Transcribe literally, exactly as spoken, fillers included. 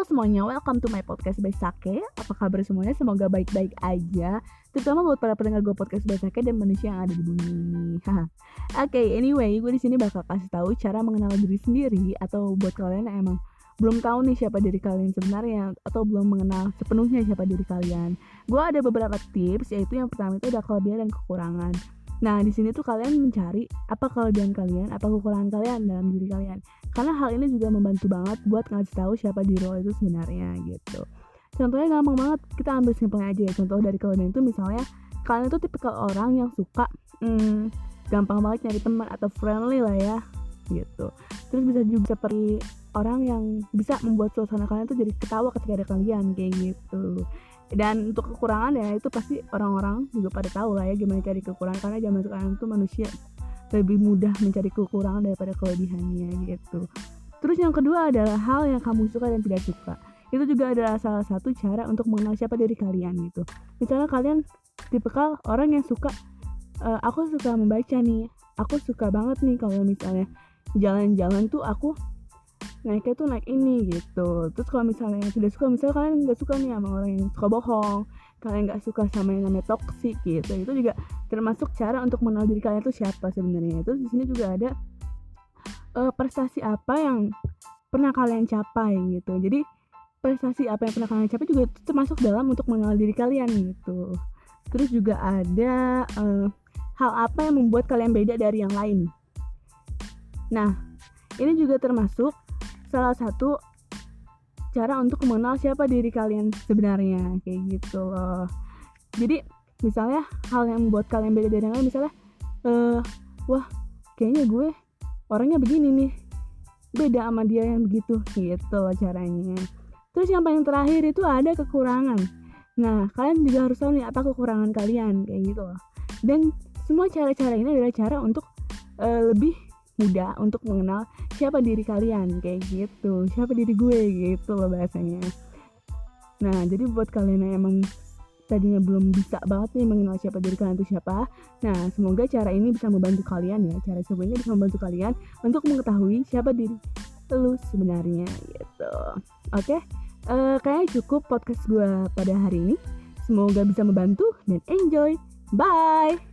semuanya, welcome to my podcast by Sake. Apa kabar semuanya? Semoga baik-baik aja. Terutama buat para pendengar gue podcast by Sake dan manusia yang ada di bumi ini. Oke, okay, anyway, gue di sini bakal kasih tahu cara mengenal diri sendiri, atau buat kalian yang emang belum tahu nih siapa diri kalian sebenarnya, atau belum mengenal sepenuhnya siapa diri kalian. Gue ada beberapa tips, yaitu yang pertama itu ada kelebihan dan kekurangan. Nah, di sini tuh kalian mencari apa kelebihan kalian, apa kekurangan kalian dalam diri kalian. Karena hal ini juga membantu banget buat ngasih tahu siapa diri lo itu sebenarnya gitu. Contohnya gampang banget, kita ambil simpelnya aja ya. Contoh dari kelebihan itu misalnya kalian itu tipikal orang yang suka hmm, gampang banget nyari teman atau friendly lah ya gitu. Terus bisa juga seperti orang yang bisa membuat suasana kalian tuh jadi ketawa ketika ada kalian kayak gitu. Dan untuk kekurangan ya itu pasti orang-orang juga pada tahu lah ya gimana cari kekurangan, karena zaman sekarang tuh manusia lebih mudah mencari kekurangan daripada kelebihannya gitu. Terus yang kedua adalah hal yang kamu suka dan tidak suka. Itu juga adalah salah satu cara untuk mengenal siapa diri kalian gitu. Misalnya kalian tipikal orang yang suka uh, aku suka membaca nih. Aku suka banget nih kalau misalnya jalan-jalan tuh aku naiknya tuh naik ini gitu. Terus kalau misalnya yang tidak suka, misalnya kalian nggak suka nih sama orang yang suka bohong, kalian nggak suka sama yang namanya toksik gitu, itu juga termasuk cara untuk mengenal diri kalian tuh siapa sebenarnya. Terus di sini juga ada uh, prestasi apa yang pernah kalian capai gitu. Jadi prestasi apa yang pernah kalian capai juga termasuk dalam untuk mengenal diri kalian gitu. Terus juga ada uh, hal apa yang membuat kalian beda dari yang lain. Nah, ini juga termasuk salah satu cara untuk mengenal siapa diri kalian sebenarnya kayak gitu loh. Jadi misalnya hal yang membuat kalian beda dari yang lain, misalnya uh, wah kayaknya gue orangnya begini nih, beda sama dia yang begitu gitu loh caranya. Terus yang paling terakhir itu ada kekurangan. Nah, kalian juga harus tahu nih apa kekurangan kalian kayak gitu loh. Dan semua cara-cara ini adalah cara untuk uh, lebih mudah untuk mengenal siapa diri kalian kayak gitu, siapa diri gue gitu loh bahasanya. Nah, jadi buat kalian yang emang tadinya belum bisa banget nih mengenal siapa diri kalian itu siapa, nah semoga cara ini bisa membantu kalian ya, cara coba ini bisa membantu kalian untuk mengetahui siapa diri lu sebenarnya gitu. Oke, uh, kayaknya cukup podcast gue pada hari ini. Semoga bisa membantu dan enjoy. Bye.